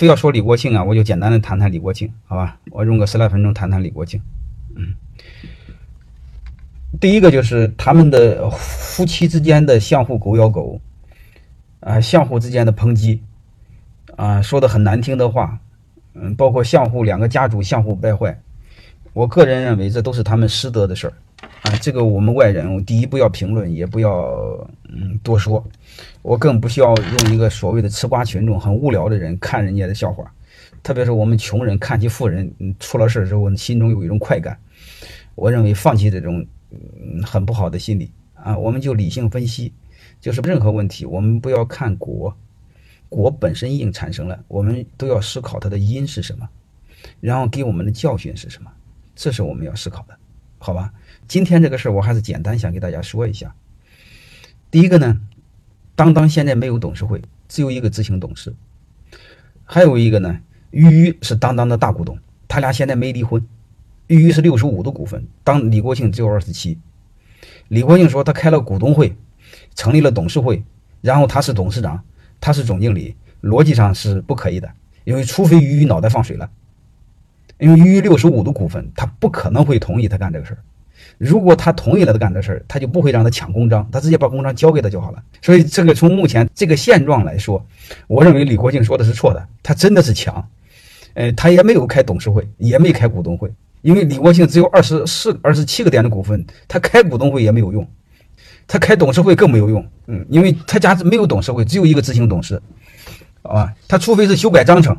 非要说李国庆啊，我就简单的谈谈李国庆，好吧？我用个10来分钟谈谈李国庆。第一个就是他们的夫妻之间的相互狗咬狗，相互之间的抨击，说的很难听的话，包括两个家族相互败坏。我个人认为这都是他们师德的事儿，这个我们外人第一不要评论，也不要多说，我更不需要用一个所谓的吃瓜群众很无聊的人看人家的笑话，特别是我们穷人看起富人出了事之后，心中有一种快感。我认为放弃这种很不好的心理我们就理性分析，就是任何问题我们不要看果本身已经产生了，我们都要思考它的因是什么，然后给我们的教训是什么，这是我们要思考的，好吧？今天这个事我还是简单想给大家说一下。第一个呢，当当现在没有董事会，只有一个执行董事，还有一个呢，俞是当当的大股东，他俩现在没离婚，俞是65的股份，当李国庆只有27。李国庆说他开了股东会，成立了董事会，然后他是董事长，他是总经理，逻辑上是不可以的，因为除非俞脑袋放水了，因为俞65的股份，他不可能会同意他干这个事儿。如果他同意了他干这事儿，他就不会让他抢公章，他直接把公章交给他就好了。所以这个从目前这个现状来说，我认为李国庆说的是错的，他真的是抢。他也没有开董事会，也没开股东会，因为李国庆只有27个点的股份，他开股东会也没有用，他开董事会更没有用。因为他家没有董事会，只有一个执行董事，他除非是修改章程，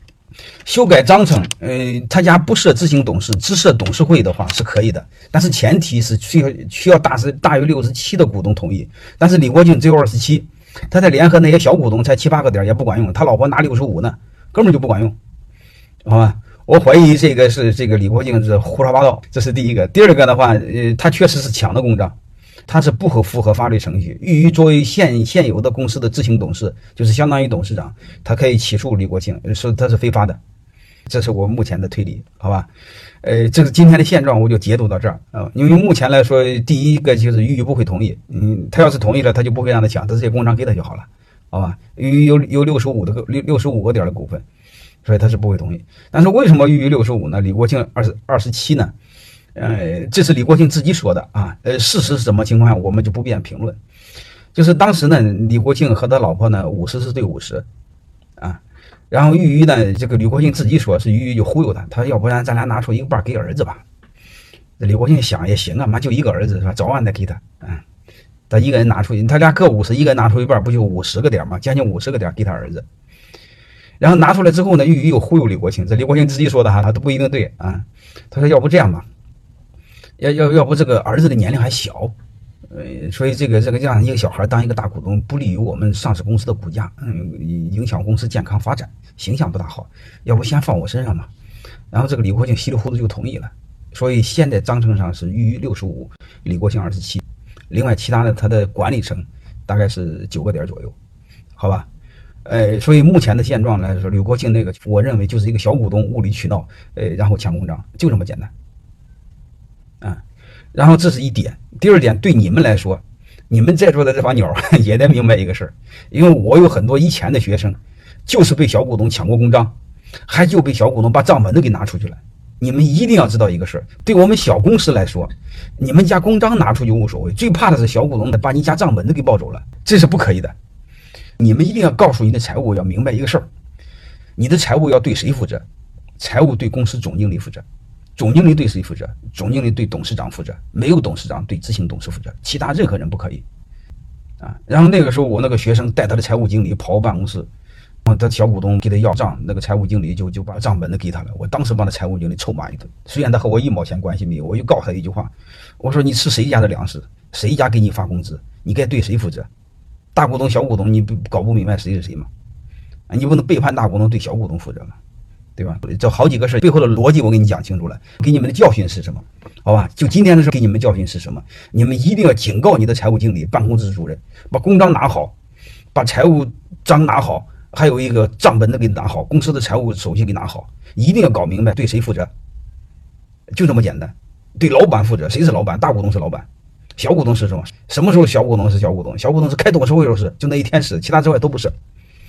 他家不设执行董事，只设董事会的话是可以的，但是前提是需要大于67的股东同意。但是李国庆只有27，他在联合那些小股东才7、8个点也不管用，他老婆拿65呢，根本就不管用，好吧？我怀疑这个李国庆是胡说八道，这是第一个。第二个的话，他确实是抢的公章，他是不符合法律程序。俞作为现有的公司的执行董事，就是相当于董事长，他可以起诉李国庆，说他是非法的。这是我目前的推理，好吧？这个今天的现状我就解读到这儿因为目前来说，第一个就是俞不会同意，他要是同意了，他就不会让他抢，他直接公章给他就好了，好吧？俞有65个点的股份，所以他是不会同意。但是为什么俞65呢？李国庆27呢？这是李国庆自己说的事实是什么情况下我们就不便评论。就是当时呢，李国庆和他老婆呢50对50然后俞呢，这个李国庆自己说是俞就忽悠他，他说要不然咱俩拿出一个半给儿子吧。李国庆想也行嘛，就一个儿子是吧？早晚得给他他一个人拿出，他俩各50，一个人拿出一半，不就50个点吗？将近50个点给他儿子。然后拿出来之后呢，俞又忽悠李国庆，这李国庆自己说的他都不一定对他说要不这样吧，要不这个儿子的年龄还小，所以这个让一个小孩当一个大股东不利于我们上市公司的股价，影响公司健康发展，形象不大好，要不先放我身上嘛。然后这个李国庆稀里糊涂就同意了，所以现在章程上是俞65，李国庆27，另外其他的他的管理层大概是9个点左右，好吧？所以目前的现状来说，李国庆那个我认为就是一个小股东无理取闹，然后抢公章，就这么简单然后这是一点。第二点，对你们来说，你们在座的这帮鸟也得明白一个事儿，因为我有很多以前的学生就是被小股东抢过公章，还就被小股东把账本都给拿出去了。你们一定要知道一个事儿，对我们小公司来说，你们家公章拿出去无所谓，最怕的是小股东把你家账本都给抱走了，这是不可以的。你们一定要告诉你的财务要明白一个事儿，你的财务要对谁负责？财务对公司总经理负责。总经理对谁负责？总经理对董事长负责，没有董事长对执行董事负责，其他任何人不可以然后那个时候我那个学生带他的财务经理跑办公室，他小股东给他要账，那个财务经理就把账本都给他了。我当时把那财务经理臭骂一顿，虽然他和我1毛钱关系没有，我就告诉他一句话，我说你吃谁家的粮食，谁家给你发工资，你该对谁负责？大股东小股东你搞不明白谁是谁吗？你不能背叛大股东对小股东负责吗？对吧？这好几个事背后的逻辑我给你讲清楚了，给你们的教训是什么？好吧，就今天的事给你们教训是什么？你们一定要警告你的财务经理、办公室主任，把公章拿好，把财务章拿好，还有一个账本的给拿好，公司的财务手续给拿好，一定要搞明白对谁负责，就这么简单。对老板负责，谁是老板？大股东是老板，小股东是什么？什么时候小股东是小股东？小股东是开董事会时候是，就那一天是，其他之外都不是。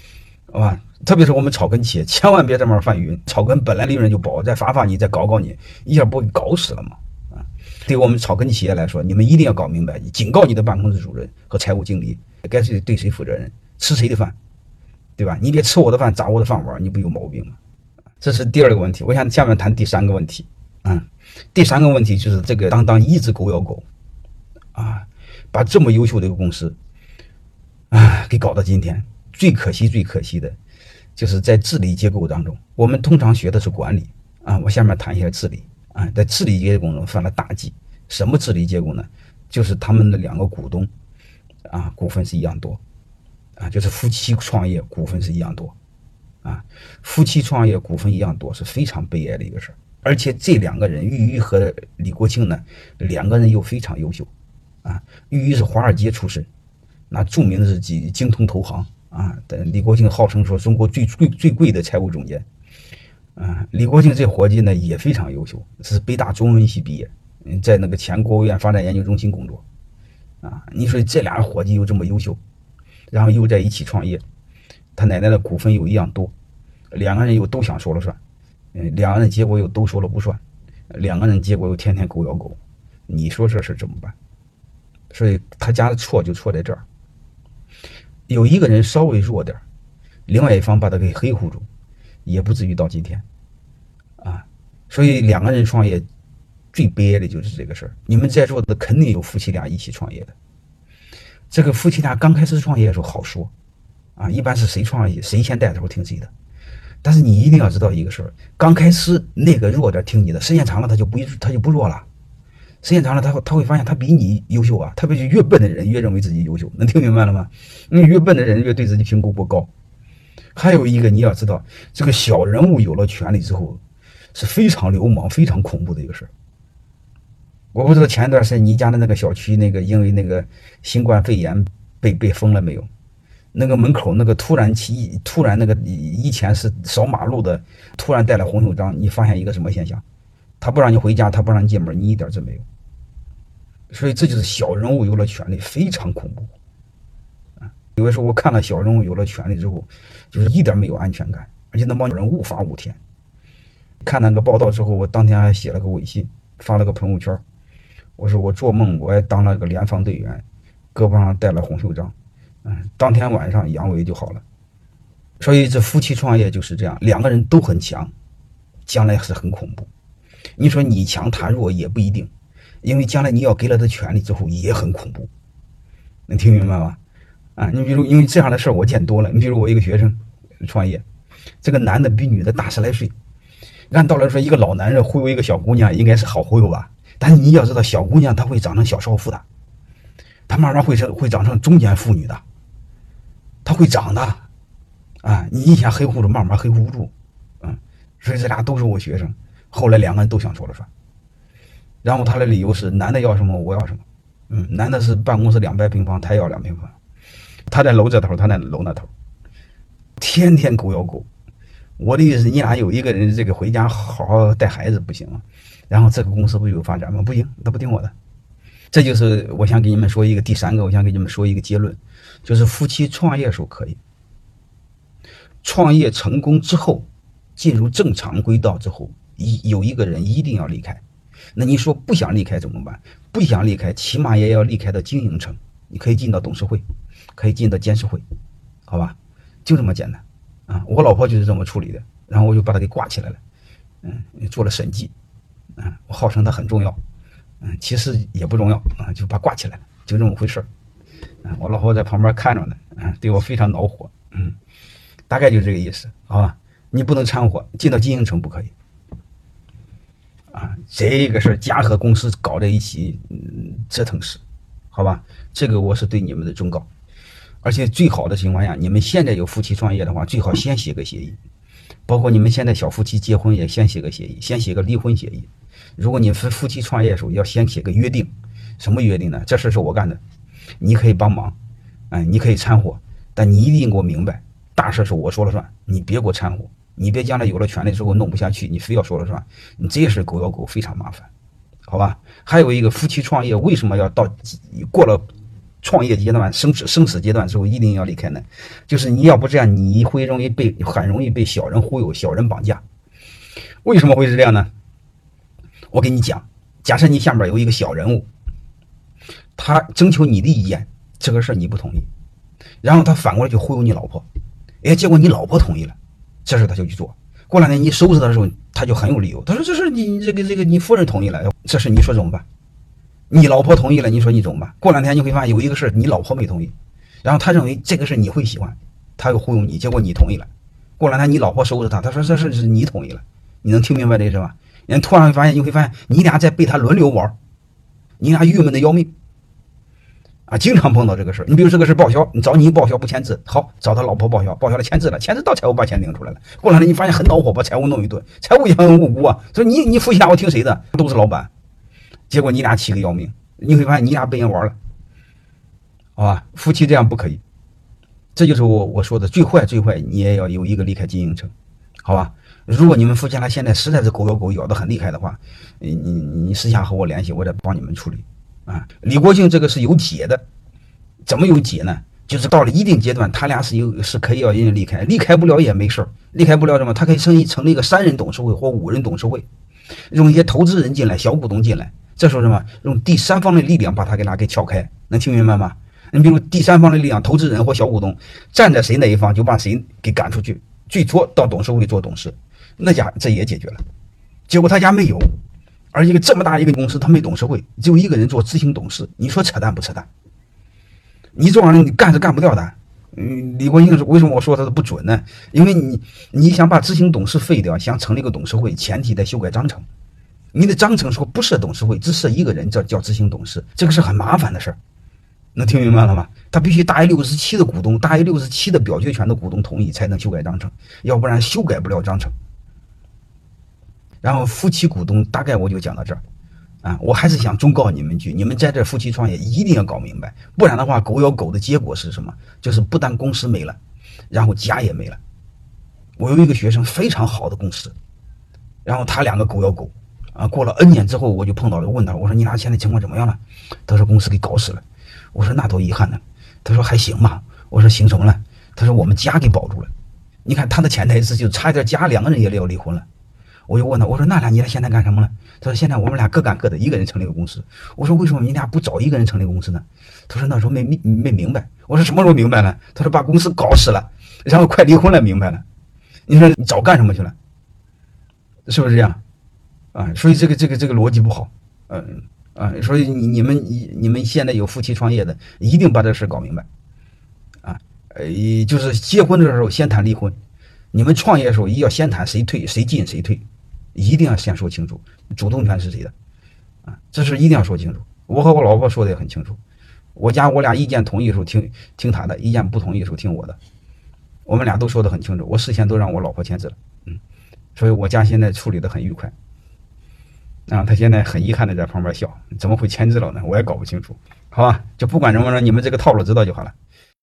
好吧？特别是我们草根企业，千万别这么犯云。草根本来利润就薄，再罚你，再搞你，一下不会搞死了吗？啊，对于我们草根企业来说，你们一定要搞明白，警告你的办公室主任和财务经理，该是对谁负责任，吃谁的饭，对吧？你别吃我的饭，砸我的饭碗，你不有毛病吗？这是第二个问题。我想下面谈第三个问题。第三个问题就是这个当一只狗咬狗啊，把这么优秀的一个公司给搞到今天。最可惜的就是在治理结构当中，我们通常学的是管理我下面谈一下治理在治理结构中犯了大忌。什么治理结构呢？就是他们的两个股东股份是一样多就是夫妻创业股份是一样多夫妻创业股份一样多是非常悲哀的一个事儿。而且这两个人，俞渝和李国庆呢，两个人又非常优秀俞渝是华尔街出身，那著名的是精通投行李国庆号称说中国最贵的财务总监李国庆这伙计呢也非常优秀，是北大中文系毕业，在那个前国务院发展研究中心工作你说这俩伙计又这么优秀，然后又在一起创业，他奶奶的股份又一样多，两个人又都想说了算，两个人结果又都说了不算，两个人结果又天天狗咬狗，你说这事怎么办？所以他家的错就错在这儿。有一个人稍微弱点，另外一方把他给黑乎住，也不至于到今天所以两个人创业最悲哀的就是这个事儿。你们在座的肯定有夫妻俩一起创业的，这个夫妻俩刚开始创业的时候好说一般是谁创业谁先带头听谁的。但是你一定要知道一个事儿，刚开始那个弱点听你的，时间长了他就不弱了，时间长了他会发现他比你优秀特别是越笨的人越认为自己优秀，能听明白了吗？越笨的人越对自己评估不高。还有一个你要知道，这个小人物有了权力之后是非常流氓非常恐怖的一个事儿。我不知道前一段时间你家的那个小区因为那个新冠肺炎被封了没有？那个门口那个突然那个以前是扫马路的，突然带了红袖章，你发现一个什么现象？他不让你回家，他不让你进门，你一点真没有。所以这就是小人物有了权力非常恐怖有的时候我看了小人物有了权力之后，就是一点没有安全感，而且那帮人无法无天。看那个报道之后，我当天还写了个微信，发了个朋友圈，我说我做梦我还当了个联防队员，胳膊上带了红袖章当天晚上阳痿就好了。所以这夫妻创业就是这样，两个人都很强，将来是很恐怖。你说你强他弱也不一定，因为将来你要给了他权利之后也很恐怖，能听明白吗？你比如因为这样的事我见多了。你比如我一个学生创业，这个男的比女的大10来岁，按道理说一个老男人忽悠一个小姑娘应该是好忽悠吧，但是你要知道小姑娘她会长成小少妇的，她慢慢会长成中年妇女的，她会长的你一下黑乎住慢慢黑乎不住所以这俩都是我学生，后来两个人都想说了算。然后他的理由是男的要什么我要什么男的是办公室200平方，他要2平方，他在楼这头他在楼那头，天天狗咬狗。我的意思，你俩有一个人这个回家好好带孩子不行吗？然后这个公司不有发展吗？不行，他不听我的。这就是我想给你们说一个第三个，我想给你们说一个结论，就是夫妻创业时候可以，创业成功之后进入正常轨道之后，有一个人一定要离开。那你说不想离开怎么办？不想离开起码也要离开到经营层，你可以进到董事会，可以进到监事会，好吧，就这么简单我老婆就是这么处理的，然后我就把她给挂起来了做了审计我号称她很重要其实也不重要就把挂起来了，就这么回事我老婆在旁边看着呢对我非常恼火大概就这个意思，好吧？你不能掺和，进到经营层不可以这个事家和公司搞在一起折腾死，好吧？这个我是对你们的忠告。而且最好的情况下，你们现在有夫妻创业的话，最好先写个协议，包括你们现在小夫妻结婚也先写个协议，先写个离婚协议。如果你夫妻创业的时候要先写个约定，什么约定呢？这事是我干的，你可以帮忙你可以掺和，但你一定给我明白，大事是我说了算，你别给我掺和，你别将来有了权利之后弄不下去，你非要说了算，你这事狗咬狗非常麻烦，好吧？还有一个夫妻创业为什么要到过了创业阶段、生死阶段之后一定要离开呢？就是你要不这样，你会很容易被小人忽悠、小人绑架。为什么会是这样呢？我跟你讲，假设你下面有一个小人物，他征求你的意见，这个事你不同意，然后他反过来就忽悠你老婆，结果你老婆同意了，这事他就去做。过两天你收拾他的时候，他就很有理由，他说这事你这个你夫人同意了，这事你说怎么办？你老婆同意了，你说你怎么办？过两天你会发现有一个事你老婆没同意，然后他认为这个事你会喜欢，他又忽悠你，结果你同意了。过两天你老婆收拾他，他说这事是你同意了，你能听明白这是吧？你突然你会发现你俩在被他轮流玩，你俩郁闷的要命啊！经常碰到这个事。你比如这个事报销，你找你报销不签字，好找他老婆报销，报销了签字了，签字到财务把钱领出来了。过两天你发现很恼火，把财务弄一顿，财务也很无辜啊，说你夫妻俩我听谁的？都是老板。结果你俩气个要命，你会发现你俩被人玩了，好吧？夫妻这样不可以，这就是我说的最坏，你也要有一个离开经营层，好吧？如果你们夫妻俩现在实在是狗咬狗咬得很厉害的话，你私下和我联系，我再帮你们处理啊。李国庆这个是有解的，怎么有解呢？就是到了一定阶段，他俩是可以要人离开，离开不了也没事，离开不了什么，他可以成立一个3人董事会或5人董事会，用一些投资人进来，小股东进来，这时候什么？用第三方的力量把他给撬开，能听明白吗？你比如第三方的力量，投资人或小股东站在谁那一方，就把谁给赶出去，最多到董事会做董事。那家这也解决了，结果他家没有，而一个这么大一个公司他没董事会，只有一个人做执行董事，你说扯淡不扯淡？你这玩意儿你干是干不掉的。李国庆为什么我说他不准呢？因为你想把执行董事废掉，想成立一个董事会，前提得修改章程。你的章程说不设董事会，只设一个人叫执行董事，这个是很麻烦的事儿。能听明白了吗？他必须大于67的股东，大于67的表决权的股东同意才能修改章程，要不然修改不了章程。然后夫妻股东大概我就讲到这儿啊，我还是想忠告你们一句，你们在这夫妻创业一定要搞明白，不然的话狗咬狗的结果是什么？就是不但公司没了，然后家也没了。我有一个学生非常好的公司，然后他2个狗咬狗啊，过了 N 年之后我就碰到了，问他，我说你俩现在情况怎么样了？他说公司给搞死了。我说那多遗憾呢。他说还行吧。我说行什么了？他说我们家给保住了。你看他的潜台词就差一点家2个人也要离婚了。我就问他，我说那你俩现在干什么了？他说现在我们俩各干各的，一个人成立个公司。我说为什么你俩不找一个人成立公司呢？他说那时候没明白。我说什么时候明白了？他说把公司搞死了，然后快离婚了，明白了。你说你早干什么去了？是不是这样啊？所以这个逻辑不好。所以你们现在有夫妻创业的，一定把这事搞明白啊。就是结婚的时候先谈离婚，你们创业的时候一定要先谈谁退谁进谁退，一定要先说清楚主动权是谁的啊，这事一定要说清楚。我和我老婆说的也很清楚，我俩意见同意的时候听他的，意见不同意的时候听我的，我们俩都说的很清楚，我事先都让我老婆签字了。所以我家现在处理的很愉快啊。他现在很遗憾的在旁边笑，怎么会签字了呢？我也搞不清楚，好吧，就不管怎么着，你们这个套路知道就好了。